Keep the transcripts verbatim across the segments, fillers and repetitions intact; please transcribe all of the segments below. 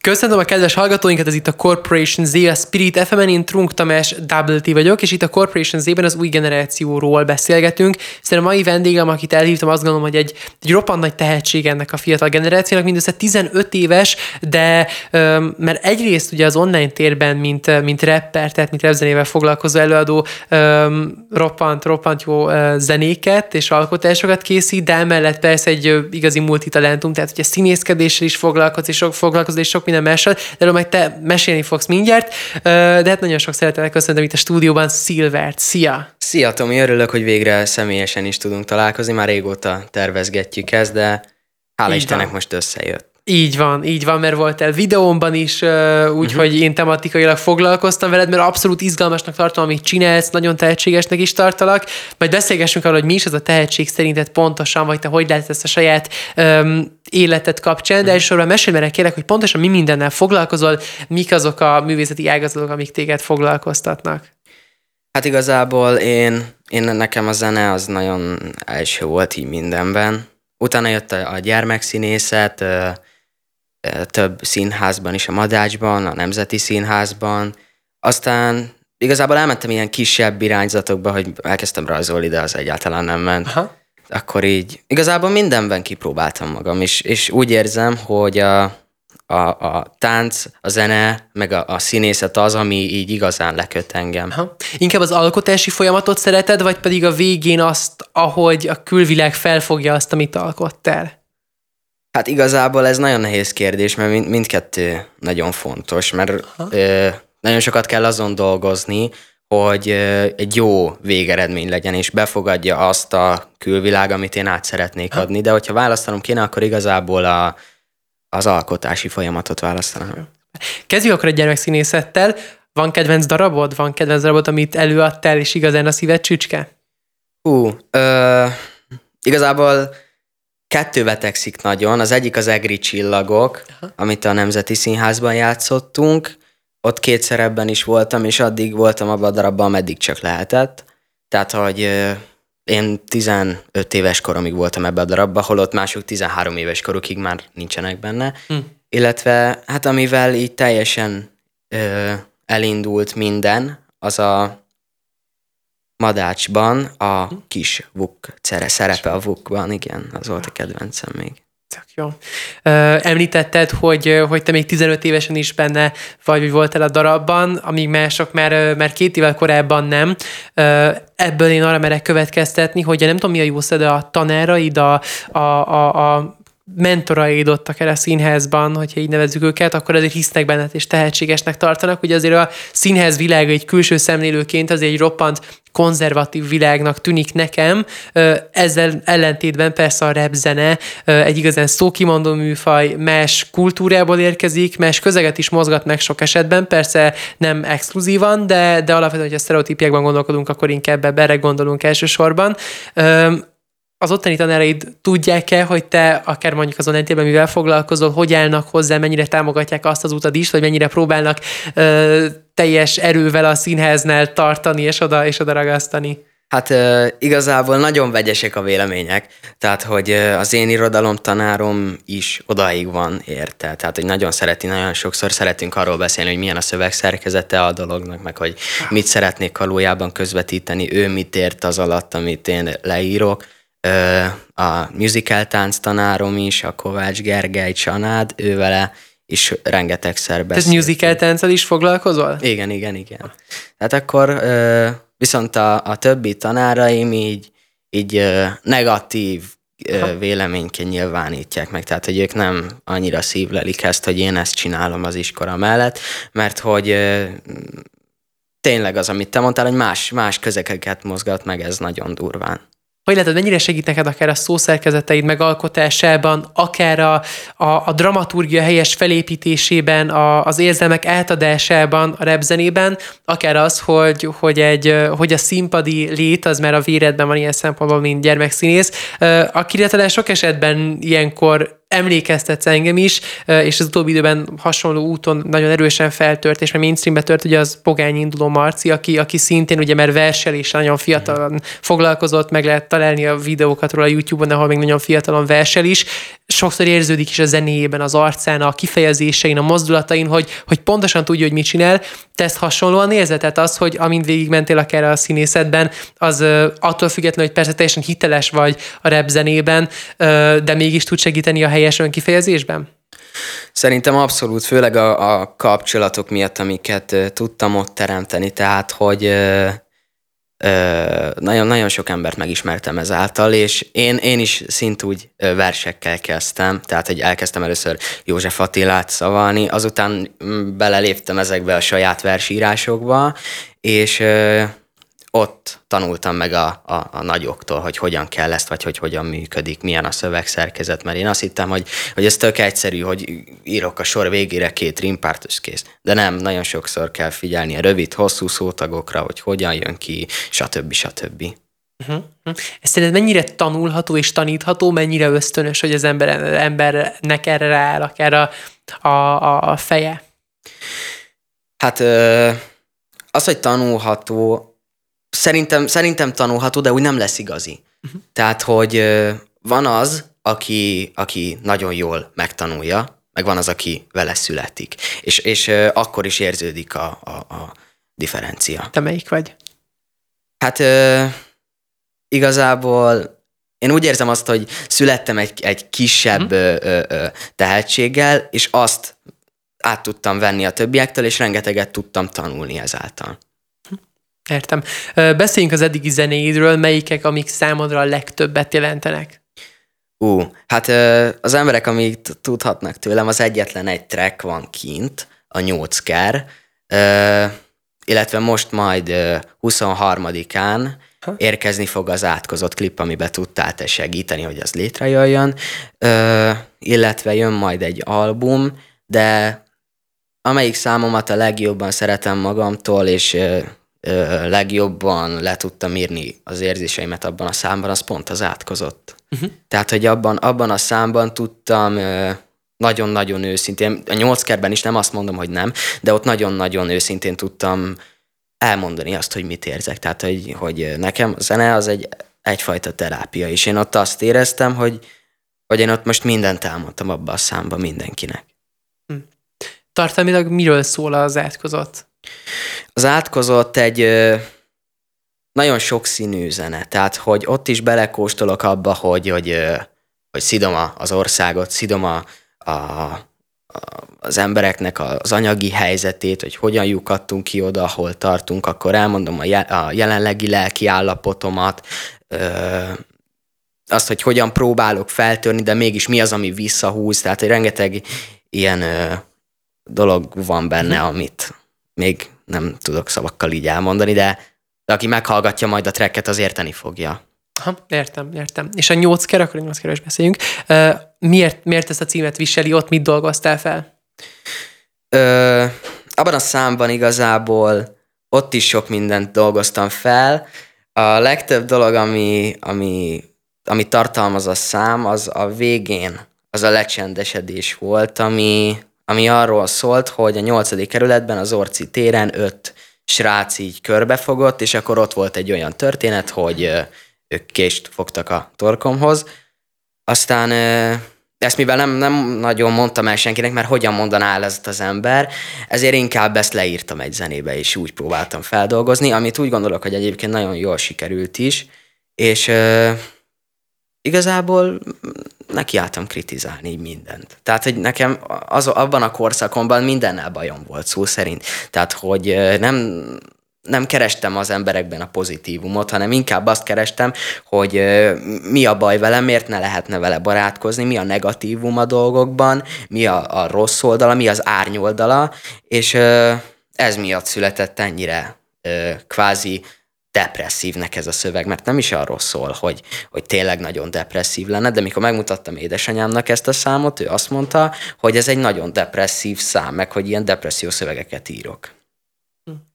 Köszönöm a kedves hallgatóinkat, ez itt a Corporation Z, a Spirit ef em-en, én Trunk Tamás Double T vagyok, és itt a Corporation Z-ben az új generációról beszélgetünk. Szerintem a mai vendégem, akit elhívtam, azt gondolom, hogy egy, egy roppant nagy tehetség ennek a fiatal generációnak, mindössze tizenöt éves, de öm, mert egyrészt ugye az online térben, mint, mint rapper, tehát mint rapzenével foglalkozó előadó, öm, roppant, roppant jó ö, zenéket és alkotásokat készít, de emellett persze egy ö, igazi multitalentum, tehát ugye színészkedéssel is foglalkoz, és sok, foglalkoz, és sok minden mással, de erről majd te mesélni fogsz mindjárt, de hát nagyon sok szeretettel köszöntöm itt a stúdióban Silvert. Szia! Szia Tomi, örülök, hogy végre személyesen is tudunk találkozni, már régóta tervezgetjük ezt, de hála így Istennek van. Most összejött. Így van, így van, mert voltál videómban is, úgyhogy uh-huh. én tematikailag foglalkoztam veled, mert abszolút izgalmasnak tartom, amit csinálsz, nagyon tehetségesnek is tartalak. Majd beszélgessünk arról, hogy mi is az a tehetség szerinted pontosan, vagy te hogy látod ezt a saját um, életed kapcsán, de elsősorban mesélj meg, kérlek, hogy pontosan mi mindennel foglalkozol, mik azok a művészeti ágazatok, amik téged foglalkoztatnak. Hát igazából én, én nekem a zene az nagyon első volt így mindenben. Utána jött a, a gyermekszínészet, több színházban is, a Madácsban, a Nemzeti Színházban. Aztán igazából elmentem ilyen kisebb irányzatokba, hogy elkezdtem rajzolni, de az egyáltalán nem ment. Aha. Akkor így igazából mindenben kipróbáltam magam, és, és úgy érzem, hogy a, a, a tánc, a zene, meg a, a színészet az, ami így igazán leköt engem. Aha. Inkább az alkotási folyamatot szereted, vagy pedig a végén azt, ahogy a külvilág felfogja azt, amit alkottál? Hát igazából ez nagyon nehéz kérdés, mert mind, mindkettő nagyon fontos, mert ö, nagyon sokat kell azon dolgozni, hogy ö, egy jó végeredmény legyen, és befogadja azt a külvilág, amit én át szeretnék ha. adni, de hogyha választanom kéne, akkor igazából a, az alkotási folyamatot választanám. Kezdjük akkor egy gyermekszínészettel. Van kedvenc darabod? Van kedvenc darabod, amit előadtál, és igazán a szíved csücske? Hú, ö, igazából kettő vetekszik nagyon. Az egyik az Egri csillagok, aha. amit a Nemzeti Színházban játszottunk. Ott két szerepben is voltam, és addig voltam abban a darabban, ameddig csak lehetett. Tehát, hogy én tizenöt éves koromig voltam ebben a darabban, holott mások tizenhárom éves korukig már nincsenek benne. Hm. Illetve, hát amivel így teljesen ö, elindult minden, az a Madácsban a kis Vuk szerepe a Vukban, igen, az volt a kedvencem még. Tök jó. Említetted, hogy, hogy te még tizenöt évesen is benne vagy, hogy voltál a darabban, amíg mások már, már két évvel korábban nem. Ebből én arra merek következtetni, hogy nem tudom mi a jó szó, de a tanáraid, a, a, a, a mentoraid ott akár a színházban, hogyha így nevezzük őket, akkor azért hisznek benned és tehetségesnek tartanak. Ugye azért a színház világa egy külső szemlélőként azért egy roppant konzervatív világnak tűnik nekem. Ezzel ellentétben persze a rapzene egy igazán szókimondó műfaj, más kultúrából érkezik, más közeget is mozgat meg sok esetben, persze nem exkluzívan, de, de alapvetően, hogy a sztereotípiákban gondolkodunk, akkor inkább erre gondolunk elsősorban. Az ottani tanáraid tudják-e, hogy te akár mondjuk az online térben mivel foglalkozol, hogy állnak hozzá, mennyire támogatják azt az utat is, vagy mennyire próbálnak ö, teljes erővel a színháznál tartani és oda, és oda ragasztani? Hát ö, igazából nagyon vegyesek a vélemények, tehát hogy ö, az én irodalomtanárom is odaig van érte, tehát hogy nagyon szereti, nagyon sokszor szeretünk arról beszélni, hogy milyen a szövegszerkezete a dolognak, meg hogy mit szeretnék valójában közvetíteni, ő mit ért az alatt, amit én leírok. A musical tánc tanárom is, a Kovács Gergely Csanád, ő vele is rengetegszer beszéltünk. Ez musical tánccal is foglalkozol? Igen, igen, igen. Tehát akkor viszont a, a többi tanáraim így, így negatív ha. véleményként nyilvánítják meg, tehát hogy ők nem annyira szívlelik ezt, hogy én ezt csinálom az iskola mellett, mert hogy tényleg az, amit te mondtál, hogy más, más közegeket mozgat meg, ez nagyon durván. Hogy látod, mennyire segít neked akár a szószerkezeteid megalkotásában, akár a, a, a dramaturgia helyes felépítésében, a, az érzelmek átadásában, a rapzenében, akár az, hogy, hogy, egy, hogy a színpadi lét, az már a véredben van ilyen szempontból, mint gyermekszínész, akire talán sok esetben ilyenkor emlékeztetsz engem is, és az utóbbi időben hasonló úton nagyon erősen feltört, és már mainstreambe tört ugye az Pogány Induló Marci, aki, aki szintén ugye már verseléssel nagyon fiatalon foglalkozott, meg lehet találni a videókat róla a YouTube-on, ahol még nagyon fiatalon versel is. Sokszor érződik is a zenéjében, az arcán, a kifejezésein, a mozdulatain, hogy, hogy pontosan tudja, hogy mit csinál. Te ezt hasonlóan érzed? Tehát az, hogy amint végigmentél akár a színészetben, az uh, attól függetlenül, hogy persze teljesen hiteles vagy a rap zenében, uh, de mégis tud segíteni a helyes önkifejezésben? Szerintem abszolút, főleg a, a kapcsolatok miatt, amiket uh, tudtam ott teremteni, tehát, hogy uh, nagyon-nagyon sok embert megismertem ezáltal, és én, én is szintúgy versekkel kezdtem, tehát hogy elkezdtem először József Attilát szavalni, azután beleléptem ezekbe a saját versírásokba, és ö, ott tanultam meg a, a, a nagyoktól, hogy hogyan kell ezt, vagy hogy hogyan működik, milyen a szövegszerkezet, mert én azt hittem, hogy, hogy ez tök egyszerű, hogy írok a sor végére két rímpárt, és kész. De nem, nagyon sokszor kell figyelni a rövid, hosszú szótagokra, hogy hogyan jön ki, stb. stb. Uh-huh. Ez szerinted mennyire tanulható és tanítható, mennyire ösztönös, hogy az ember, embernek erre rááll akár a, a, a feje? Hát az, hogy tanulható, Szerintem, szerintem tanulható, de úgy nem lesz igazi. Uh-huh. Tehát, hogy van az, aki, aki nagyon jól megtanulja, meg van az, aki vele születik. És, és akkor is érződik a, a, a differencia. Te melyik vagy? Hát igazából én úgy érzem azt, hogy születtem egy, egy kisebb uh-huh. tehetséggel, és azt át tudtam venni a többiektől, és rengeteget tudtam tanulni ezáltal. Értem. Beszéljünk az eddigi zenéidről, melyikek, amik számodra a legtöbbet jelentenek? Ú, uh, hát az emberek, amik tudhatnak tőlem, az egyetlen egy track van kint, a Nyócker, illetve most majd huszonharmadikán ha? érkezni fog az átkozott klip, amiben tudtál te segíteni, hogy az létrejöjjön, illetve jön majd egy album, de amelyik számomat a legjobban szeretem magamtól, és legjobban le tudtam írni az érzéseimet abban a számban, az pont az átkozott. Uh-huh. Tehát, hogy abban, abban a számban tudtam nagyon-nagyon őszintén, a Nyolckerben is nem azt mondom, hogy nem, de ott nagyon-nagyon őszintén tudtam elmondani azt, hogy mit érzek. Tehát, hogy, hogy nekem a zene az egy, egyfajta terápia, és én ott azt éreztem, hogy, hogy én ott most mindent elmondtam abban a számban mindenkinek. Hm. Tartalmilag miről szól az átkozott? Az átkozott egy ö, nagyon sokszínű zene, tehát hogy ott is belekóstolok abba, hogy, hogy, ö, hogy szidom a, az országot, szidom a, a, a, az embereknek az anyagi helyzetét, hogy hogyan lyukadtunk ki oda, ahol tartunk, akkor elmondom a, je, a jelenlegi lelki állapotomat, ö, azt, hogy hogyan próbálok feltörni, de mégis mi az, ami visszahúz, tehát hogy rengeteg ilyen ö, dolog van benne, amit még nem tudok szavakkal így elmondani, de, de aki meghallgatja majd a tracket, az érteni fogja. Aha, értem, értem. És a Nyócker, akkor a Nyolckerről is beszéljünk. Uh, miért, miért ezt a címet viseli? Ott mit dolgoztál fel? Ö, abban a számban igazából ott is sok mindent dolgoztam fel. A legtöbb dolog, ami, ami, ami tartalmaz a szám, az a végén, az a lecsendesedés volt, ami... ami arról szólt, hogy a nyolcadik kerületben az Orci téren öt srác így körbefogott, és akkor ott volt egy olyan történet, hogy ők kést fogtak a torkomhoz. Aztán ezt mivel nem, nem nagyon mondtam el senkinek, mert hogyan mondaná el ezt az ember, ezért inkább ezt leírtam egy zenébe, és úgy próbáltam feldolgozni, amit úgy gondolok, hogy egyébként nagyon jól sikerült is, és igazából nekiálltam kritizálni így mindent. Tehát, hogy nekem az, abban a korszakomban mindennel bajom volt szó szerint. Tehát, hogy nem, nem kerestem az emberekben a pozitívumot, hanem inkább azt kerestem, hogy mi a baj vele, miért ne lehetne vele barátkozni, mi a negatívum a dolgokban, mi a, a rossz oldala, mi az árnyoldala, és ez miatt született ennyire kvázi depresszívnek ez a szöveg, mert nem is arról szól, hogy, hogy tényleg nagyon depresszív lenne, de mikor megmutattam édesanyámnak ezt a számot, ő azt mondta, hogy ez egy nagyon depresszív szám, meg hogy ilyen depressziós szövegeket írok.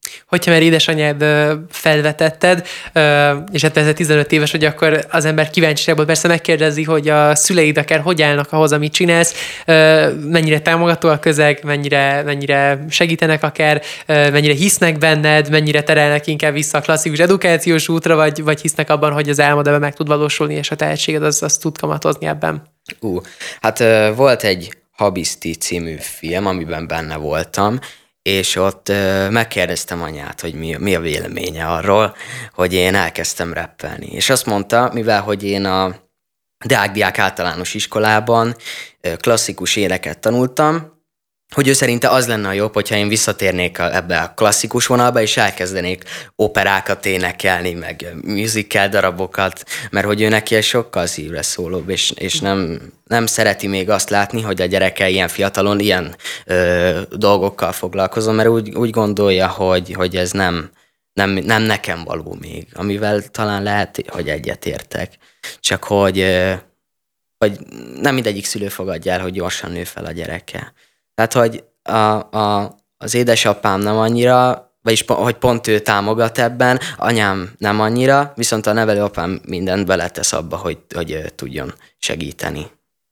Hogyha már édesanyád felvetetted, és hát ez tizenöt éves, hogy akkor az ember kíváncsiságból persze megkérdezi, hogy a szüleid akár hogy állnak ahhoz, amit csinálsz, mennyire támogató a közeg, mennyire, mennyire segítenek akár, mennyire hisznek benned, mennyire terelnek inkább vissza a klasszikus edukációs útra, vagy, vagy hisznek abban, hogy az álmod ebben meg tud valósulni, és a tehetséged az, az tud kamatozni ebben. Ú, uh, hát uh, volt egy Habiszti című film, amiben benne voltam, és ott uh, megkérdeztem anyát, hogy mi, mi a véleménye arról, hogy én elkezdtem rappelni. És azt mondta, mivel hogy én a Deák Diák általános iskolában uh, klasszikus éneket tanultam, hogy ő szerinte az lenne a jobb, hogyha én visszatérnék a, ebbe a klasszikus vonalba, és elkezdenék operákat énekelni, meg musical darabokat, mert hogy ő neki ez sokkal szívre szólóbb, és, és nem, nem szereti még azt látni, hogy a gyereke ilyen fiatalon ilyen ö, dolgokkal foglalkozom, mert úgy, úgy gondolja, hogy, hogy ez nem, nem, nem nekem való még, amivel talán lehet, hogy egyetértek. Csak hogy, ö, hogy nem mindegyik szülő fogadja el, hogy gyorsan nő fel a gyereke. Tehát, hogy a, a, az édesapám nem annyira, vagyis hogy pont ő támogat ebben, anyám nem annyira, viszont a nevelőapám mindent beletesz abba, hogy, hogy tudjon segíteni.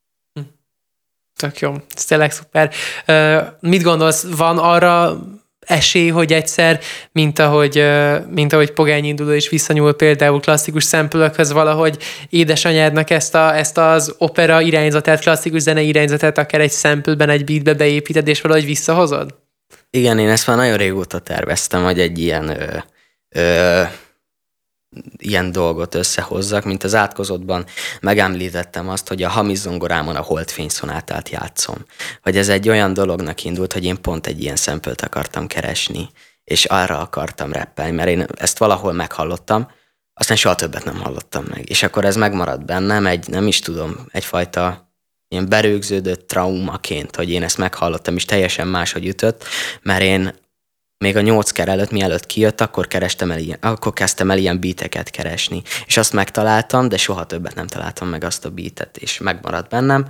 Tök jó, ez tényleg szuper. Uh, mit gondolsz, van arra esély, hogy egyszer, mint ahogy, uh, mint ahogy Pogány Induló is visszanyúl például klasszikus szempülökhöz, valahogy édesanyádnak ezt, a, ezt az opera irányzatát, klasszikus zene irányzatát akár egy szempülben, egy beatbe beépíted, és valahogy visszahozod? Igen, én ezt már nagyon régóta terveztem, hogy egy ilyen ö, ö, ilyen dolgot összehozzak, mint az átkozottban megemlítettem azt, hogy a hamis zongorámon a holdfényszonátát játszom. Hogy ez egy olyan dolognak indult, hogy én pont egy ilyen szempölt akartam keresni, és arra akartam rappelni, mert én ezt valahol meghallottam, aztán soha többet nem hallottam meg. És akkor ez megmaradt bennem, egy, nem is tudom, egyfajta ilyen berögződött traumaként, hogy én ezt meghallottam, és teljesen máshogy ütött, mert én még a nyolcker előtt, mielőtt kijött, akkor, kerestem el ilyen, akkor kezdtem el ilyen beateket keresni. És azt megtaláltam, de soha többet nem találtam meg azt a beatet, és megmaradt bennem.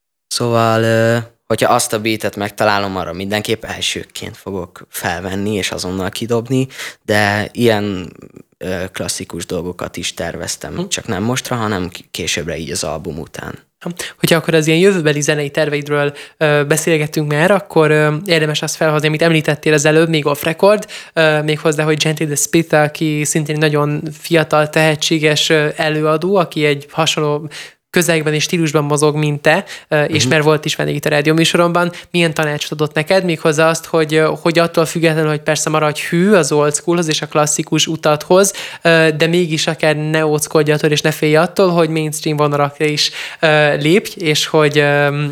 Szóval, hogyha azt a beatet megtalálom, arra mindenképp elsőként fogok felvenni, és azonnal kidobni, de ilyen klasszikus dolgokat is terveztem, hm. csak nem mostra, hanem későbbre így az album után. Hogyha akkor az ilyen jövőbeli zenei terveidről ö, beszélgetünk már, akkor ö, érdemes azt felhozni, amit említettél az előbb, még off record, ö, méghozzá, hogy Gently the Spit, aki szintén nagyon fiatal, tehetséges ö, előadó, aki egy hasonló közegben és stílusban mozog, mint te, és uh-huh. mert volt is vendég itt a rádió műsoromban, milyen tanácsot adott neked, méghozzá azt, hogy, hogy attól függetlenül, hogy persze maradj hű az old schoolhoz és a klasszikus utathoz, de mégis akár ne óckodj attól, és ne félj attól, hogy mainstream vonalakra is lépj, és hogy,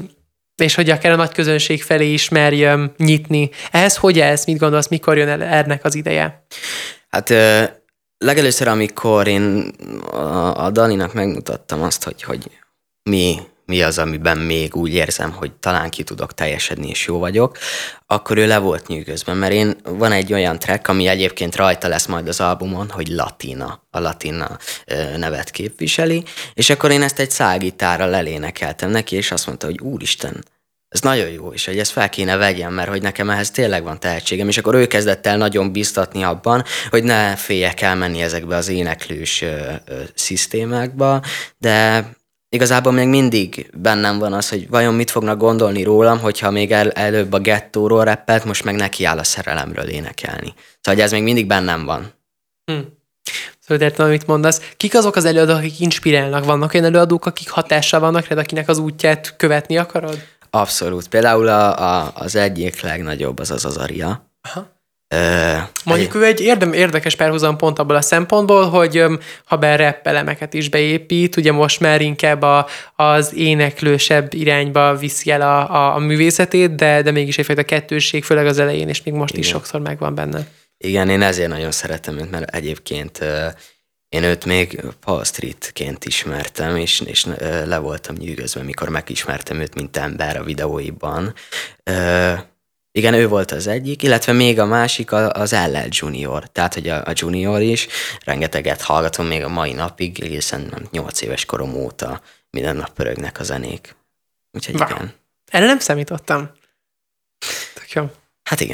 és hogy akár a nagy közönség felé is merj nyitni. Ehhez hogy ez? Mit gondolsz, mikor jön el ennek az ideje? Hát... Legelőször, amikor én a, a Daninak megmutattam azt, hogy, hogy mi, mi az, amiben még úgy érzem, hogy talán ki tudok teljesedni, és jó vagyok, akkor ő le volt nyűgözben, mert én van egy olyan track, ami egyébként rajta lesz majd az albumon, hogy Latina, a Latina nevet képviseli, és akkor én ezt egy szálgitárral elénekeltem neki, és azt mondta, hogy úristen, ez nagyon jó, és hogy ezt fel kéne vegyem, mert hogy nekem ehhez tényleg van tehetségem, és akkor ő kezdett el nagyon biztatni abban, hogy ne féljek elmenni ezekbe az éneklős ö, ö, szisztémákba, de igazából még mindig bennem van az, hogy vajon mit fognak gondolni rólam, hogyha még el, előbb a gettóról rappelt, most meg nekiáll a szerelemről énekelni. Szóval ez még mindig bennem van. Hm. Szóval értem, amit mondasz. Kik azok az előadók, akik inspirálnak? Vannak olyan előadók, akik hatással vannak rád, akinek az útját követni akarod? Abszolút. Például a, a, az egyik legnagyobb az az Azaria. Aha. Ö, Mondjuk egy... ő egy érdem, érdekes párhuzam pont abból a szempontból, hogy ha be rap elemeket is beépít, ugye most már inkább a, az éneklősebb irányba viszi el a, a, a művészetét, de, de mégis egyfajta kettősség, főleg az elején, és még most Igen. is sokszor megvan benne. Igen, én ezért nagyon szeretem őt, mert egyébként én őt még Paul Streetként ismertem, és, és le voltam nyűgözve, mikor megismertem őt, mint ember a videóiban. Uh, igen, ő volt az egyik, illetve még a másik az el el Junior. Tehát, hogy a, a Junior is, rengeteget hallgatom még a mai napig, egészen nyolc éves korom óta minden nap pörögnek a zenék. Úgyhogy wow. igen. Erre nem számítottam. Tök jó. Hát igen.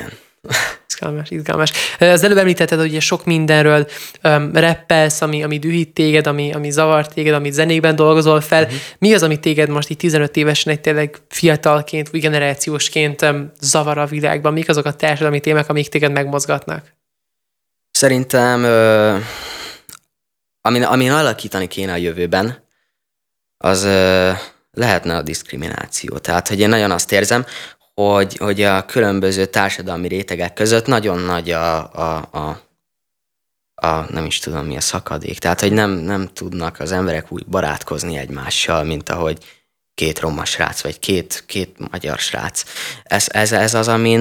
Izgalmas, izgalmas. Az előbb említetted, hogy sok mindenről um, rappelsz, ami, ami dühít téged, ami, ami zavar téged, amit zenékben dolgozol fel. Uh-huh. Mi az, ami téged most így tizenöt évesen egy tényleg fiatalként, új generációsként um, zavar a világban? Mik azok a társadalmi témák, amik téged megmozgatnak? Szerintem ö, amin, amin alakítani kéne a jövőben, az ö, lehetne a diszkrimináció. Tehát, hogy én nagyon azt érzem, hogy, hogy a különböző társadalmi rétegek között nagyon nagy a, a, a, a nem is tudom mi a szakadék. Tehát, hogy nem, nem tudnak az emberek úgy barátkozni egymással, mint ahogy két roma srác, vagy két, két magyar srác. Ez, ez, ez az, amin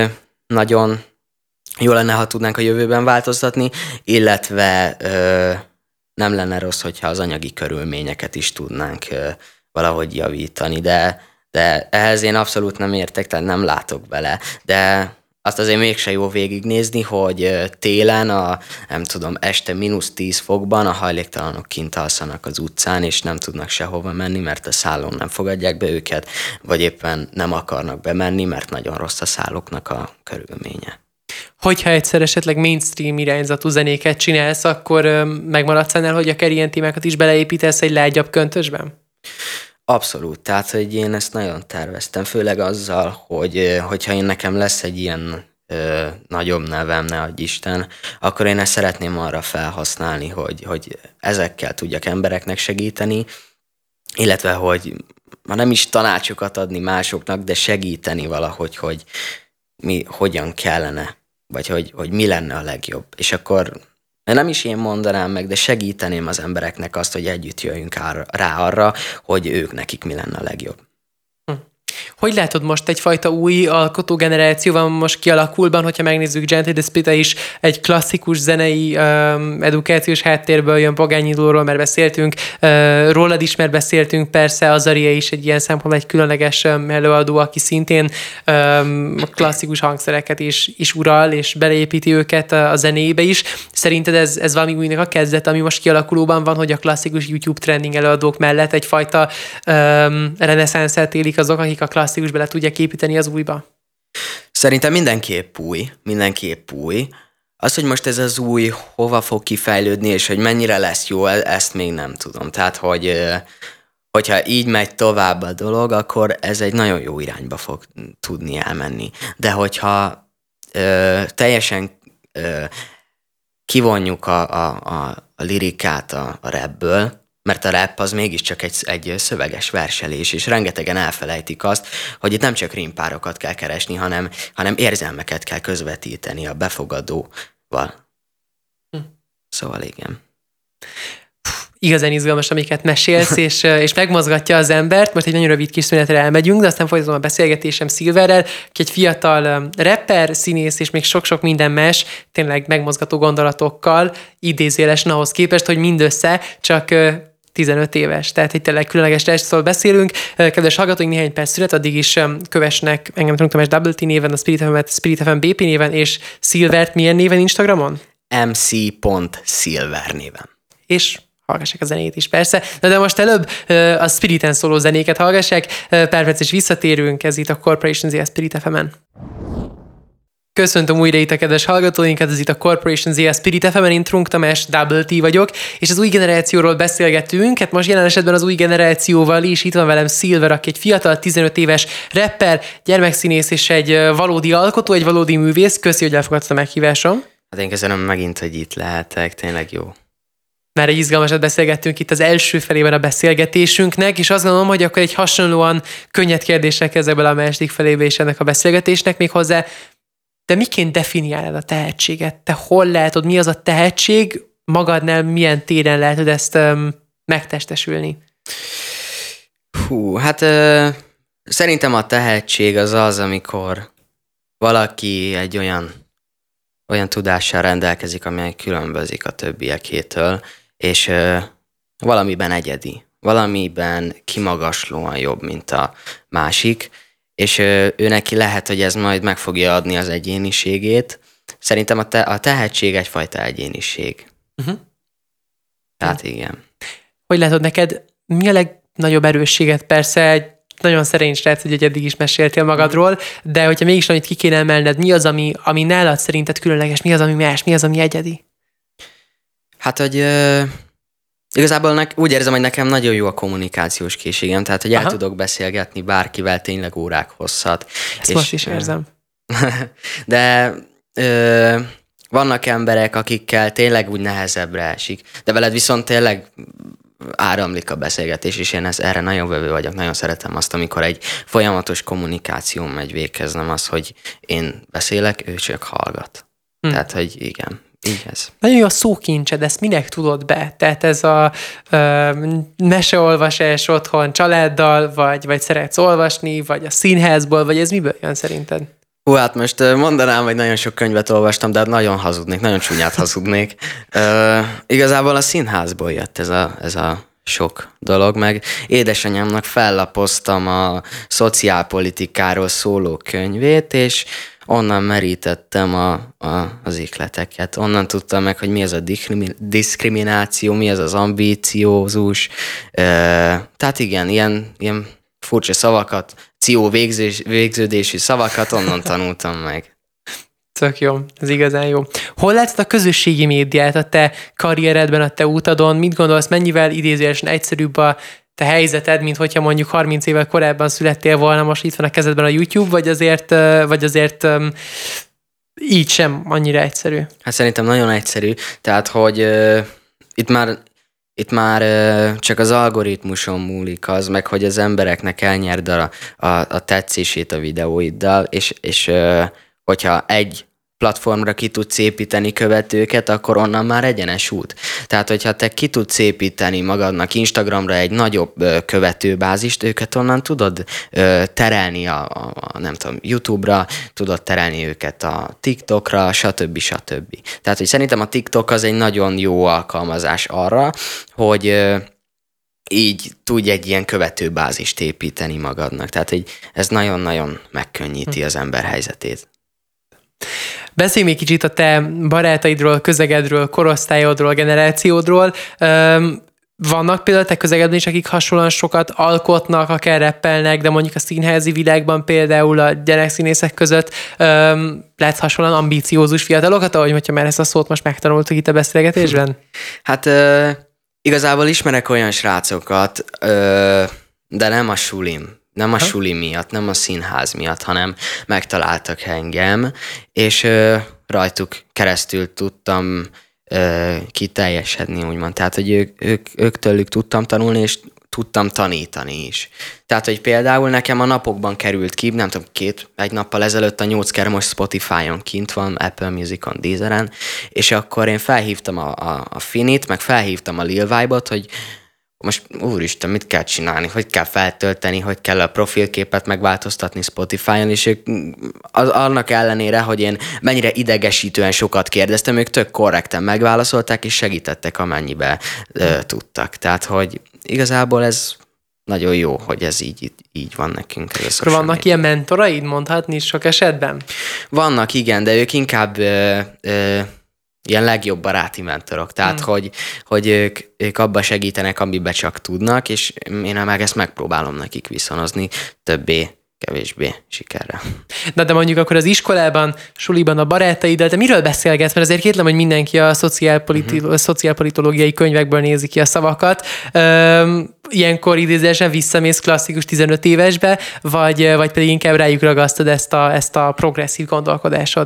nagyon jó lenne, ha tudnánk a jövőben változtatni, illetve ö, nem lenne rossz, hogyha az anyagi körülményeket is tudnánk ö, valahogy javítani, de de ehhez én abszolút nem értek, tehát nem látok bele. De azt azért mégse jó végignézni, hogy télen a, nem tudom, este mínusz tíz fokban a hajléktalanok kint alszanak az utcán, és nem tudnak sehova menni, mert a szállón nem fogadják be őket, vagy éppen nem akarnak bemenni, mert nagyon rossz a szállóknak a körülménye. Hogyha egyszer esetleg mainstream irányzatú zenéket csinálsz, akkor megmaradsz ennél, hogy akár ilyen témákat is beleépítesz egy lágyabb köntösben? Abszolút, tehát, hogy én ezt nagyon terveztem, főleg azzal, hogy hogyha én nekem lesz egy ilyen ö, nagyobb nevem, ne adj Isten, akkor én ezt szeretném arra felhasználni, hogy, hogy ezekkel tudjak embereknek segíteni, illetve, hogy ma nem is tanácsokat adni másoknak, de segíteni valahogy, hogy mi hogyan kellene, vagy hogy, hogy mi lenne a legjobb. És akkor nem is én mondanám meg, de segíteném az embereknek azt, hogy együtt jöjjünk rá arra, hogy ők nekik mi lenne a legjobb. Hm. Hogy látod most egyfajta új alkotógeneráció van most kialakulban, hogyha megnézzük Gently the Spirit is egy klasszikus zenei um, edukációs háttérből jön, Pogányi Dóról már beszéltünk, uh, rólad is már beszéltünk, persze Azaria is egy ilyen szempontból egy különleges um, előadó, aki szintén um, klasszikus hangszereket is, is ural, és beleépíti őket a, a zenébe is. Szerinted ez, ez valami újnak a kezdet, ami most kialakulóban van, hogy a klasszikus YouTube trending előadók mellett egyfajta um, reneszánszát élik azok, akik a klasszikus bele tudják építeni az újba? Szerintem mindenképp új, mindenképp új. Az, hogy most ez az új hova fog kifejlődni, és hogy mennyire lesz jó, ezt még nem tudom. Tehát, hogy hogyha így megy tovább a dolog, akkor ez egy nagyon jó irányba fog tudni elmenni. De hogyha ö, teljesen ö, kivonjuk a, a, a, a lirikát a, a rapből, mert a rap az mégiscsak egy, egy szöveges verselés, és rengetegen elfelejtik azt, hogy itt nem csak rímpárokat kell keresni, hanem, hanem érzelmeket kell közvetíteni a befogadóval. Hm. Szóval igen. Igazán izgalmas, amiket mesélsz, és, és megmozgatja az embert. Most egy nagyon rövid kis szünetre elmegyünk, de aztán folytatom a beszélgetésem Silverrel, aki egy fiatal rapper, színész, és még sok-sok minden más, tényleg megmozgató gondolatokkal, idézélesen ahhoz képest, hogy mindössze csak tizenöt éves, tehát egy tényleg különleges testről beszélünk. Kedves hallgatóink, néhány perc szület, addig is kövesnek engem Trunk Tamás Double T néven, a Spirit ef em-et Spirit ef em bé pé néven, és Silvert milyen néven Instagramon? em cé pont silver néven. És hallgassák a zenét is, persze. Na de most előbb a Spiriten szóló zenéket hallgassák. Pár perc és visszatérünk, ez itt a Corporation zé a Spirit ef em-en. Köszöntöm újra itt a kedves hallgatóinkat, ez itt a Corporation zé a Spirit ef em-en, én Trunk Tamás Double T vagyok, és az új generációról beszélgetünk, hát most jelen esetben az új generációval is, itt van velem Silver, aki egy fiatal, tizenöt éves rapper, gyermekszínész és egy valódi alkotó, egy valódi művész. Köszi, hogy elfogadta a meghívásom. Hát én köszönöm megint, hogy itt lehetek, tényleg jó. Már egy izgalmasat beszélgettünk itt az első felében a beszélgetésünknek, és azt gondolom, hogy akkor egy hasonlóan könnyed kérdéssel kezdek bele a második felébe is ennek a beszélgetésnek, még hozzá. De miként definiálod a tehetséget? Te hol látod, mi az a tehetség? Magadnál milyen téren látod ezt um, megtestesülni? Hú, hát ö, szerintem a tehetség az az, amikor valaki egy olyan, olyan tudással rendelkezik, amely különbözik a többiekétől, és ö, valamiben egyedi, valamiben kimagaslóan jobb, mint a másik, és ő, ő neki lehet, hogy ez majd meg fogja adni az egyéniségét. Szerintem a, te, a tehetség egyfajta egyéniség. Uh-huh. Tehát igen. Hogy látod neked, mi a legnagyobb erősséget? Persze egy nagyon szerény srác, hogy eddig is meséltél magadról, de hogyha mégis valamit ki kéne emelned, mi az, ami, ami nálad szerinted különleges, mi az, ami más, mi az, ami egyedi? Hát, hogy uh, igazából nek, úgy érzem, hogy nekem nagyon jó a kommunikációs készségem, tehát, hogy Aha. el tudok beszélgetni bárkivel tényleg órák hosszat. Ezt és, most is érzem. De uh, vannak emberek, akikkel tényleg úgy nehezebbre esik, de veled viszont tényleg áramlik a beszélgetés, és én ez, erre nagyon vevő vagyok, nagyon szeretem azt, amikor egy folyamatos kommunikáció megy véghez, nem az, hogy én beszélek, ő csak hallgat. Hm. Tehát, hogy igen, így ez. Nagyon jó a szókincsed, ezt minek tudod be? Tehát ez a ö, meseolvasás otthon családdal, vagy, vagy szeretsz olvasni, vagy a színházból, vagy ez miből jön szerinted? Hú, hát most mondanám, hogy nagyon sok könyvet olvastam, de hát nagyon hazudnék, nagyon csúnyát hazudnék. Uh, igazából a színházból jött ez a, ez a sok dolog, meg édesanyámnak fellapoztam a szociálpolitikáról szóló könyvét, és onnan merítettem a, a, az ikleteket. Onnan tudtam meg, hogy mi az a diszkrimináció, mi az az ambíciózus. Uh, tehát igen, ilyen, ilyen furcsa szavakat, ció végzés, végződésű szavakat onnan tanultam meg. Tök jó, ez igazán jó. Hol látod a közösségi médiát a te karrieredben, a te utadon? Mit gondolsz, mennyivel idézőjelesen egyszerűbb a te helyzeted, mint hogyha mondjuk harminc évvel korábban születtél volna, most itt van a kezedben a YouTube, vagy azért, vagy azért um, így sem annyira egyszerű? Hát szerintem nagyon egyszerű. Tehát, hogy uh, itt már Itt már uh, csak az algoritmuson múlik az, meg hogy az embereknek elnyerd a, a, a tetszését a videóiddal, és, és uh, hogyha egy platformra ki tudsz építeni követőket, akkor onnan már egyenes út. Tehát, hogyha te ki tudsz építeni magadnak Instagramra egy nagyobb uh, követőbázist, őket onnan tudod uh, terelni a, a, a, nem tudom, YouTube-ra, tudod terelni őket a TikTokra, stb. stb. Tehát, hogy szerintem a TikTok az egy nagyon jó alkalmazás arra, hogy uh, így tudj egy ilyen követőbázist építeni magadnak. Tehát, hogy ez nagyon-nagyon megkönnyíti az ember helyzetét. Beszélj még kicsit a te barátaidról, közegedről, korosztályodról, generációdról. Vannak például te közegedben is, akik hasonlóan sokat alkotnak, akár rappelnek, de mondjuk a színházi világban például a gyerekszínészek között látsz hasonlóan ambíciózus fiatalokat, ahogy hogyha már ezt a szót most megtanultuk itt a beszélgetésben? Hát uh, igazából ismerek olyan srácokat, uh, de nem a sulim. Nem a ha? suli miatt, nem a színház miatt, hanem megtaláltak engem, és ö, rajtuk keresztül tudtam ö, kiteljesedni, úgymond. Tehát, hogy ők, ők, ők tőlük tudtam tanulni, és tudtam tanítani is. Tehát, hogy például nekem a napokban került ki, nem tudom, két, egy nappal ezelőtt a Nyócker most Spotify-on kint van, Apple Musicon, Deezeren, és akkor én felhívtam a, a, a Finit, meg felhívtam a Lil Vibe-ot, hogy most úristen, mit kell csinálni, hogy kell feltölteni, hogy kell a profilképet megváltoztatni Spotify-on, és ők az, annak ellenére, hogy én mennyire idegesítően sokat kérdeztem, ők tök korrekten megválaszolták, és segítettek, amennyibe ö, tudtak. Tehát, hogy igazából ez nagyon jó, hogy ez így, így van nekünk. Akkor vannak média. Ilyen mentoraid, mondhatni sok esetben? Vannak, igen, de ők inkább... Ö, ö, ilyen legjobb baráti mentorok, tehát mm. hogy, hogy ők, ők abba segítenek, amiben csak tudnak, és én meg ezt megpróbálom nekik viszonozni többé, kevésbé sikerre. Na de mondjuk akkor az iskolában, suliban a barátaiddal, de miről beszélgetsz? Mert azért kétlem, hogy mindenki a szociálpoliti- mm-hmm. szociálpolitológiai könyvekből nézi ki a szavakat. Üm, ilyenkor idézésen visszamész klasszikus tizenöt évesbe, vagy, vagy pedig inkább rájuk ragasztod ezt a, ezt a progresszív gondolkodásod?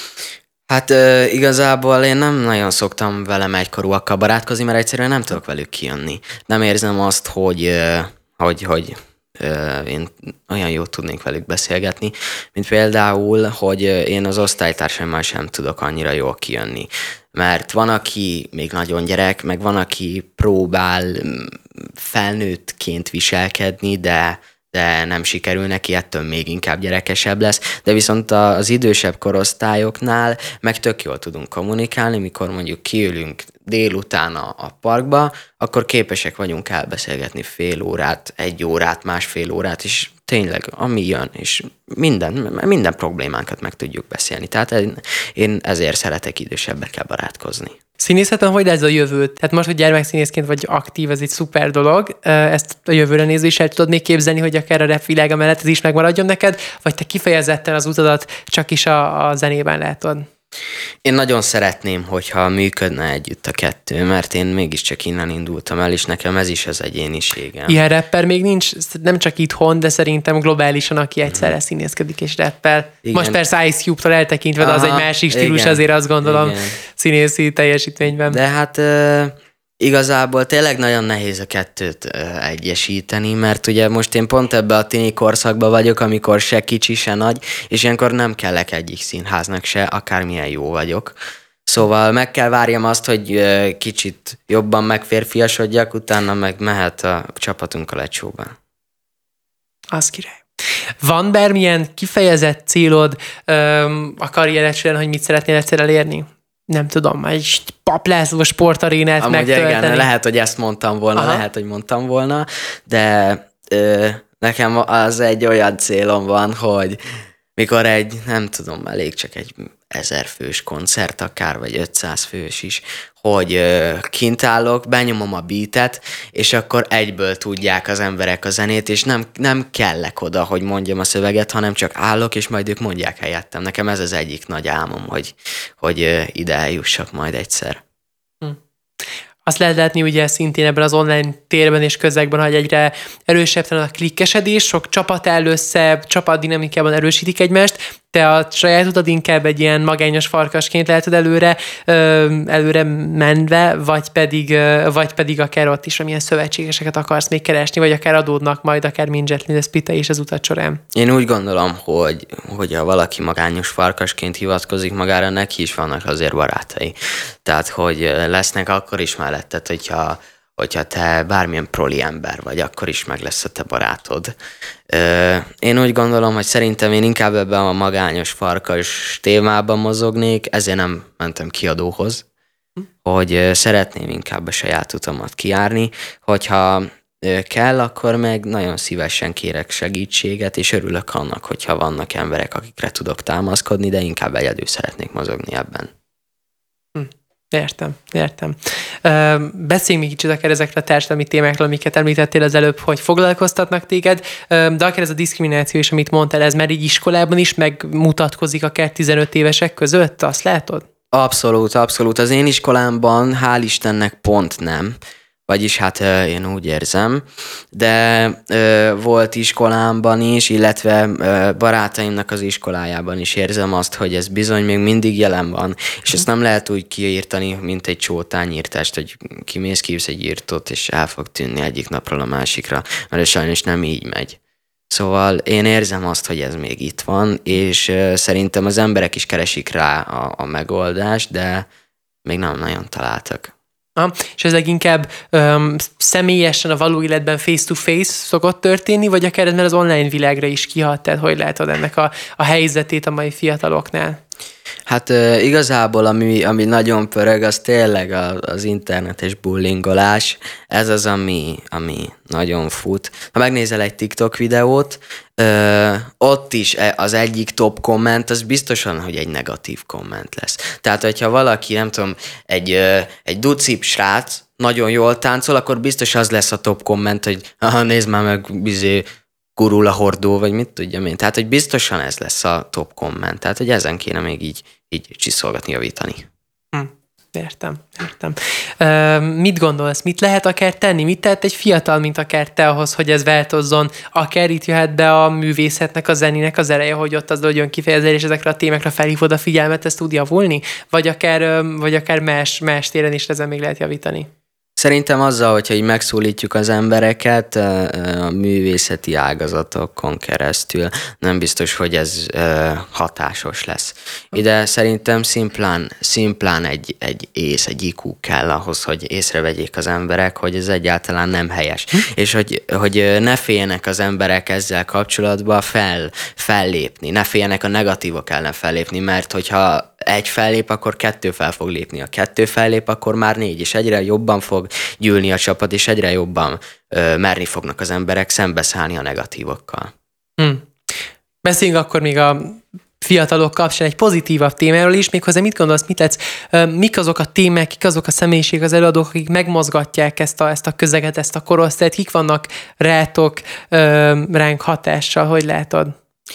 Hát uh, igazából én nem nagyon szoktam velem egykorúakkal barátkozni, mert egyszerűen nem tudok velük kijönni. Nem érzem azt, hogy, uh, hogy, hogy uh, én olyan jót tudnék velük beszélgetni, mint például, hogy én az osztálytársaimmal sem tudok annyira jól kijönni. Mert van, aki még nagyon gyerek, meg van, aki próbál felnőttként viselkedni, de de nem sikerül neki, ettől még inkább gyerekesebb lesz, de viszont az idősebb korosztályoknál meg tök jól tudunk kommunikálni, mikor mondjuk kiülünk délután a, a parkba, akkor képesek vagyunk elbeszélgetni fél órát, egy órát, másfél órát, és tényleg, ami jön, és minden, minden problémánkat meg tudjuk beszélni. Tehát én ezért szeretek idősebbekkel barátkozni. Színészetben hogy lesz a jövőt? Tehát most, hogy gyermekszínészként vagy aktív, ez egy szuper dolog. Ezt a jövőre nézve is el tudod még képzelni, hogy akár a rap világa mellett ez is megmaradjon neked, vagy te kifejezetten az utadat csak is a, a zenében látod? Én nagyon szeretném, hogyha működne együtt a kettő, mert én mégiscsak innen indultam el, és nekem ez is az egyéniségem. Ilyen rapper még nincs, nem csak itthon, de szerintem globálisan, aki egyszerre színészkedik és rappel. Igen. Most persze Ice Cube-tól eltekintve, de az egy másik stílus, igen, azért azt gondolom, igen, színészi teljesítményben. De hát uh, igazából tényleg nagyon nehéz a kettőt uh, egyesíteni, mert ugye most én pont ebbe a tini korszakban vagyok, amikor se kicsi, se nagy, és ilyenkor nem kellek egyik színháznak se, akármilyen jó vagyok. Szóval meg kell várjam azt, hogy uh, kicsit jobban megférfiasodjak, utána meg mehet a csapatunk a lecsóban. Az király. Van bármilyen kifejezett célod um, a karriered során, hogy mit szeretnél egyszer elérni? Nem tudom, egy paplászló sportarénát amúgy megtölteni. Igen, lehet, hogy ezt mondtam volna, aha, lehet, hogy mondtam volna, de ö, nekem az egy olyan célom van, hogy mikor egy, nem tudom, elég csak egy ezer fős koncert akár, vagy ötszáz fős is, hogy ö, kint állok, benyomom a beatet, és akkor egyből tudják az emberek a zenét, és nem, nem kellek oda, hogy mondjam a szöveget, hanem csak állok, és majd ők mondják helyettem. Nekem ez az egyik nagy álmom, hogy, hogy ö, ide eljussak majd egyszer. Hm. Azt lehet látni ugye szintén ebben az online térben és közegben, hogy egyre erősebb talán a klikkesedés, sok csapat áll össze, csapat dinamikában erősítik egymást, te a saját utad inkább egy ilyen magányos farkasként látod előre, előre menve, vagy pedig, vagy pedig akár ott is, amilyen szövetségeseket akarsz még keresni, vagy akár adódnak majd, akár Mindzsetli lesz Pite is az utat során. Én úgy gondolom, hogy, hogy ha valaki magányos farkasként hivatkozik magára, neki is vannak azért barátai. Tehát, hogy lesznek akkor is melletted, hogyha hogyha te bármilyen proli ember vagy, akkor is meg lesz a te barátod. Én úgy gondolom, hogy szerintem én inkább ebben a magányos farkas témában mozognék, ezért nem mentem kiadóhoz, hogy szeretném inkább a saját utamat kijárni, hogyha kell, akkor meg nagyon szívesen kérek segítséget, és örülök annak, hogyha vannak emberek, akikre tudok támaszkodni, de inkább egyedül szeretnék mozogni ebben. Értem, értem. Beszéljünk még kicsit akár ezekről a társadalmi témákról, amiket említettél az előbb, hogy foglalkoztatnak téged, de akár ez a diszkrimináció is, amit mondtál, ez már így iskolában is megmutatkozik akár tizenöt évesek között, azt látod? Abszolút, abszolút. Az én iskolámban hál' Istennek pont nem. Vagyis hát én úgy érzem, de ö, volt iskolámban is, illetve ö, barátaimnak az iskolájában is érzem azt, hogy ez bizony még mindig jelen van, és ezt nem lehet úgy kiírtani, mint egy csótányírtást, hogy kimész, kívsz egy írtót, és el fog tűnni egyik napról a másikra, mert sajnos nem így megy. Szóval én érzem azt, hogy ez még itt van, és ö, szerintem az emberek is keresik rá a, a megoldást, de még nem nagyon találtak. Ha, és ez leginkább um, személyesen a való életben face-to-face szokott történni, vagy akár ez már az online világra is kihat, tehát hogy látod ennek a, a helyzetét a mai fiataloknál? Hát uh, igazából ami, ami nagyon pörög, az tényleg az internetes bullingolás. Ez az, ami, ami nagyon fut. Ha megnézel egy TikTok videót, uh, ott is az egyik top komment, az biztosan, hogy egy negatív komment lesz. Tehát, hogyha valaki, nem tudom, egy, uh, egy ducip srác nagyon jól táncol, akkor biztos az lesz a top komment, hogy aha, nézd már meg, bizé, gurul a hordó, vagy mit tudjam én. Tehát, hogy biztosan ez lesz a top komment. Tehát, hogy ezen kéne még így, így csiszolgatni, javítani. Hm, értem, értem. Uh, mit gondolsz, mit lehet akár tenni? Mit tehet egy fiatal, mint akár te ahhoz, hogy ez változzon? Akár itt jöhet be a művészetnek, a zenének az ereje, hogy ott az legyen kifejezés, és ezekre a témákra felhívod a figyelmet, ez tud javulni? Vagy akár, vagy akár más, más téren is ezen még lehet javítani? Szerintem azzal, hogyha így megszólítjuk az embereket a művészeti ágazatokon keresztül, nem biztos, hogy ez hatásos lesz. Ide szerintem szimplán, szimplán egy, egy ész, egy í kú kell ahhoz, hogy észrevegyék az emberek, hogy ez egyáltalán nem helyes. Hm? És hogy, hogy ne féljenek az emberek ezzel kapcsolatban fel, fellépni, ne féljenek a negatívok ellen fellépni, mert hogyha egy fellép, akkor kettő fel fog lépni. A kettő fellép, akkor már négy, és egyre jobban fog gyűlni a csapat, és egyre jobban ö, merni fognak az emberek szembeszállni a negatívokkal. Hmm. Beszéljünk akkor még a fiatalok kapcsán egy pozitívabb témáról is, méghozzá mit gondolsz, mit látsz, mik azok a témák, kik azok a személyiség, az előadók, akik megmozgatják ezt a, ezt a közeget, ezt a korosztályt, kik vannak rátok ránk hatással, hogy látod?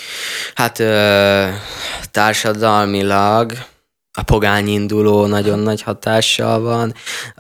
Hát ö, társadalmilag a pogányinduló nagyon nagy hatással van.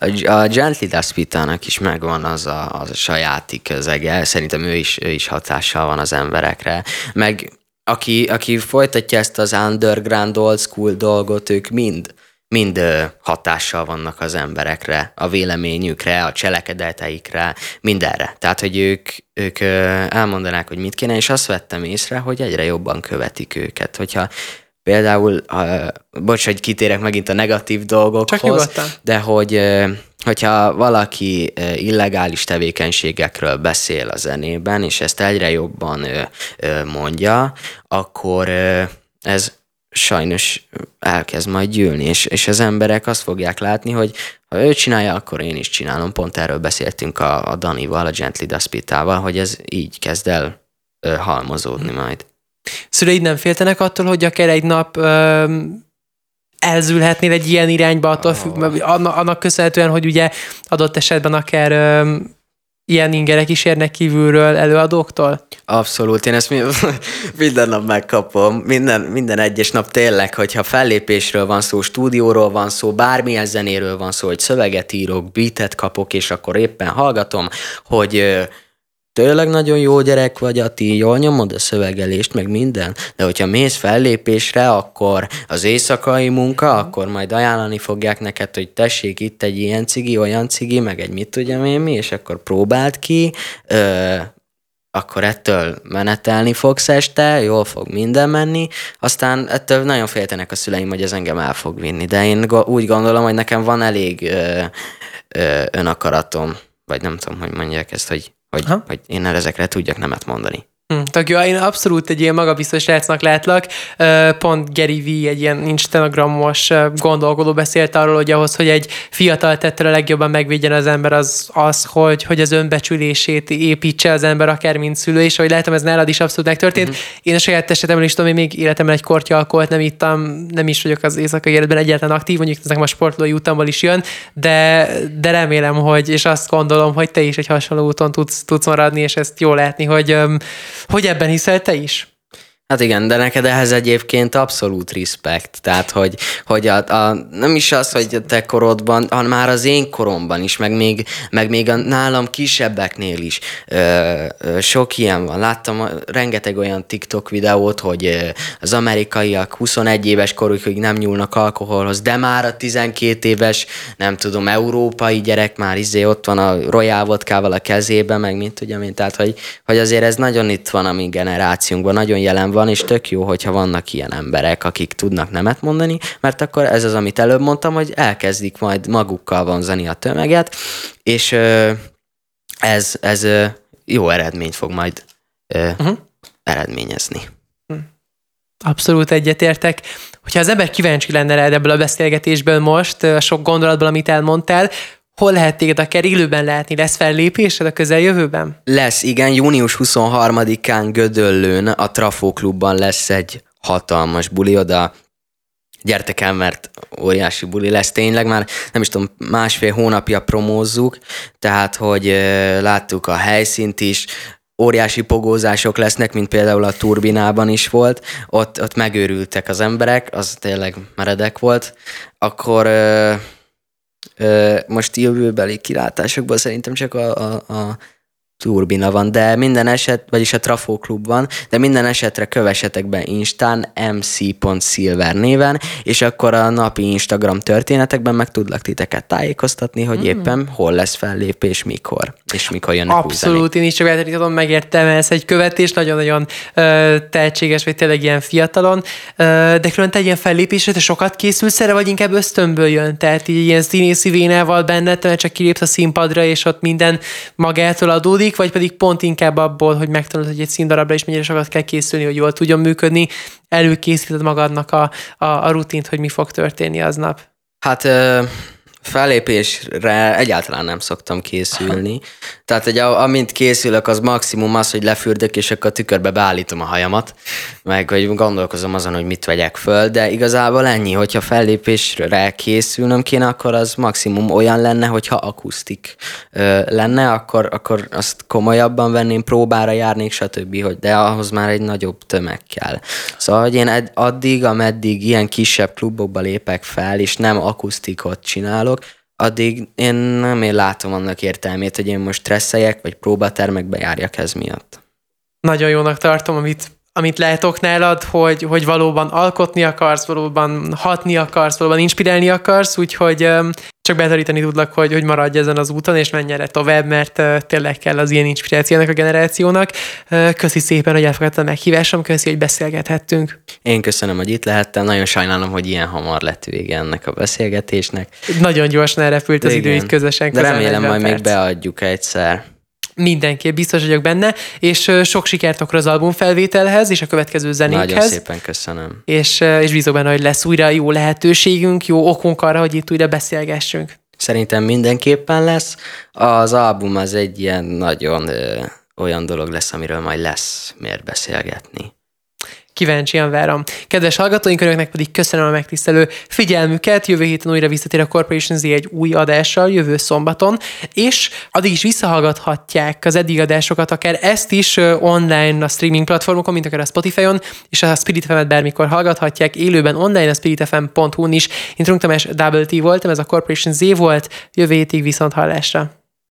A Gently Despicának is megvan az a, az a sajáti közege. Szerintem ő is, ő is hatással van az emberekre. Meg aki, aki folytatja ezt az underground old school dolgot, ők mind, mind hatással vannak az emberekre, a véleményükre, a cselekedeteikre, mindenre. Tehát, hogy ők, ők elmondanák, hogy mit kéne, és azt vettem észre, hogy egyre jobban követik őket. Hogyha például, uh, bocs, hogy kitérek megint a negatív dolgokhoz, de hogy uh, hogyha valaki uh, illegális tevékenységekről beszél a zenében, és ezt egyre jobban uh, uh, mondja, akkor uh, ez sajnos elkezd majd gyűlni, és, és az emberek azt fogják látni, hogy ha ő csinálja, akkor én is csinálom. Pont erről beszéltünk a, a Danival, a Gently Despicával, hogy ez így kezd el uh, halmozódni majd. Szüleid nem féltenek attól, hogy akár egy nap ö, elzülhetnél egy ilyen irányba, attól függ, oh. annak köszönhetően, hogy ugye adott esetben akár ö, ilyen ingerek is érnek kívülről előadóktól? Abszolút, én ezt minden nap megkapom, minden, minden egyes nap tényleg, hogyha fellépésről van szó, stúdióról van szó, bármilyen zenéről van szó, hogy szöveget írok, beatet kapok, és akkor éppen hallgatom, hogy tényleg nagyon jó gyerek vagy, Ati, jól nyomod a szövegelést, meg minden, de hogyha mész fellépésre, akkor az éjszakai munka, akkor majd ajánlani fogják neked, hogy tessék itt egy ilyen cigi, olyan cigi, meg egy mit tudjam én mi, és akkor próbáld ki, ö, akkor ettől menetelni fogsz este, jól fog minden menni, aztán ettől nagyon féltenek a szüleim, hogy ez engem el fog vinni, de én úgy gondolom, hogy nekem van elég ö, ö, önakaratom, vagy nem tudom, hogy mondják ezt, hogy Hogy, hogy én ezekre tudjak nemet mondani. Hm, tök jó, én abszolút egy ilyen magabiztos srácnak látlak. Pont Gary Vee, egy ilyen instagramos gondolkodó beszélt arról, hogy ahhoz, hogy egy fiatal tettől a legjobban megvédjen az ember, az az, hogy, hogy az önbecsülését építse az ember, akár mint szülő, és ahogy látom, ez nálad is abszolút megtörtént. Uh-huh. Én a saját esetemről is tudom, én még életemben egy kortya alkoholt nem ittam, nem is vagyok az éjszakai életben egyáltalán aktív, mondjuk nekem a sportlói utamból is jön, de, de remélem, hogy, és azt gondolom, hogy te is egy hasonló úton tudsz, tudsz maradni, és ezt jól látni, hogy Hogy ebben hiszel te is? Hát igen, de neked ehhez egyébként abszolút respekt. Tehát, hogy, hogy a, a, nem is az, hogy a te korodban, hanem már az én koromban is, meg még, meg még a nálam kisebbeknél is ö, ö, sok ilyen van. Láttam rengeteg olyan TikTok videót, hogy ö, az amerikaiak huszonegy éves korukig nem nyúlnak alkoholhoz, de már a tizenkét éves, nem tudom, európai gyerek már izé ott van a Royal vodkával a kezében, meg mint tudjam én. Tehát, hogy, hogy azért ez nagyon itt van a mi generációnkban, nagyon jelen van, és tök jó, hogyha vannak ilyen emberek, akik tudnak nemet mondani, mert akkor ez az, amit előbb mondtam, hogy elkezdik majd magukkal vonzani a tömeget, és ez, ez jó eredményt fog majd uh-huh. eredményezni. Abszolút egyetértek. Hogyha az ember kíváncsi lenne rád ebből a beszélgetésből most, a sok gondolatból, amit elmondtál, hol lehet téged akár élőben látni? Lesz fellépésed a közeljövőben? Lesz, igen. június huszonharmadikán Gödöllőn a Trafó klubban lesz egy hatalmas buli, oda gyertek el, mert óriási buli lesz tényleg. Már nem is tudom, másfél hónapja promózzuk, tehát, hogy láttuk a helyszínt is, óriási pogózások lesznek, mint például a Turbinában is volt. Ott, ott megőrültek az emberek, az tényleg meredek volt. Akkor... most jövőbeli kilátásokból szerintem csak a, a, a Turbina van, de minden eset, vagyis a Trafó klub van, de minden esetre kövessetek be Instán em cé pont silver néven, és akkor a napi Instagram történetekben meg tudlak titeket tájékoztatni, hogy mm. éppen hol lesz fellépés, mikor, és mikor jönnek új zenék. Abszolút, én is csak tudom, megértem, ez egy követés, nagyon-nagyon ö, tehetséges, vagy tényleg ilyen fiatalon, ö, de külön te egy ilyen fellépésre, te sokat készülsz erre, vagy inkább ösztönből jön? Tehát így ilyen színészi vénával benned, csak kilépsz a színpadra, és ott minden magától adódik, vagy pedig pont inkább abból, hogy megtanulod, hogy egy színdarabra is mennyire sokat kell készülni, hogy jól tudjon működni, előkészíted magadnak a, a, a rutint, hogy mi fog történni aznap? Hát ö, Fellépésre egyáltalán nem szoktam készülni. Tehát, hogy amint készülök, az maximum az, hogy lefürdök, és akkor a tükörbe beállítom a hajamat, meg hogy gondolkozom azon, hogy mit vegyek föl, de igazából ennyi, hogyha fellépésre készülnöm kéne, akkor az maximum olyan lenne, hogyha akusztik ö, lenne, akkor, akkor azt komolyabban venném, próbára járnék, stb., hogy de ahhoz már egy nagyobb tömeg kell. Szóval, hogy én ed- addig, ameddig ilyen kisebb klubokba lépek fel, és nem akusztikot csinálok, addig én nem én látom annak értelmét, hogy én most stresszeljek, vagy próbatermekbe járjak ez miatt. Nagyon jónak tartom, amit, amit látok nálad, hogy, hogy valóban alkotni akarsz, valóban hatni akarsz, valóban inspirálni akarsz, úgyhogy um, csak betarítani tudlak, hogy, hogy maradj ezen az úton, és menj erre tovább, mert uh, tényleg kell az ilyen inspirációnak a generációnak. Uh, köszi szépen, hogy elfogadtad a meghívásom, köszi, hogy beszélgethettünk. Én köszönöm, hogy itt lehettem, nagyon sajnálom, hogy ilyen hamar lett vége ennek a beszélgetésnek. Nagyon gyorsan elrepült az idő, így közösen. De remélem, majd perc. Még beadjuk egyszer. Mindenképp biztos vagyok benne, és sok sikert akkor az albumfelvételhez, és a következő zenékhez. Nagyon szépen köszönöm. És, és bízom benne, hogy lesz újra jó lehetőségünk, jó okunk arra, hogy itt újra beszélgessünk. Szerintem mindenképpen lesz. Az album az egy ilyen nagyon ö, olyan dolog lesz, amiről majd lesz miért beszélgetni. Kíváncsian várom. Kedves hallgatóink, önöknek pedig köszönöm a megtisztelő figyelmüket. Jövő héten újra visszatér a Corporation Z egy új adással, jövő szombaton, és addig is visszahallgathatják az eddig adásokat, akár ezt is online a streaming platformokon, mint akár a Spotify-on, és a Spirit ef em-et bármikor hallgathatják élőben online a spirit f m pont hu-n is. Én Trunk Tamás Double T voltam, ez a Corporation Z volt, jövő hétig viszont hallásra.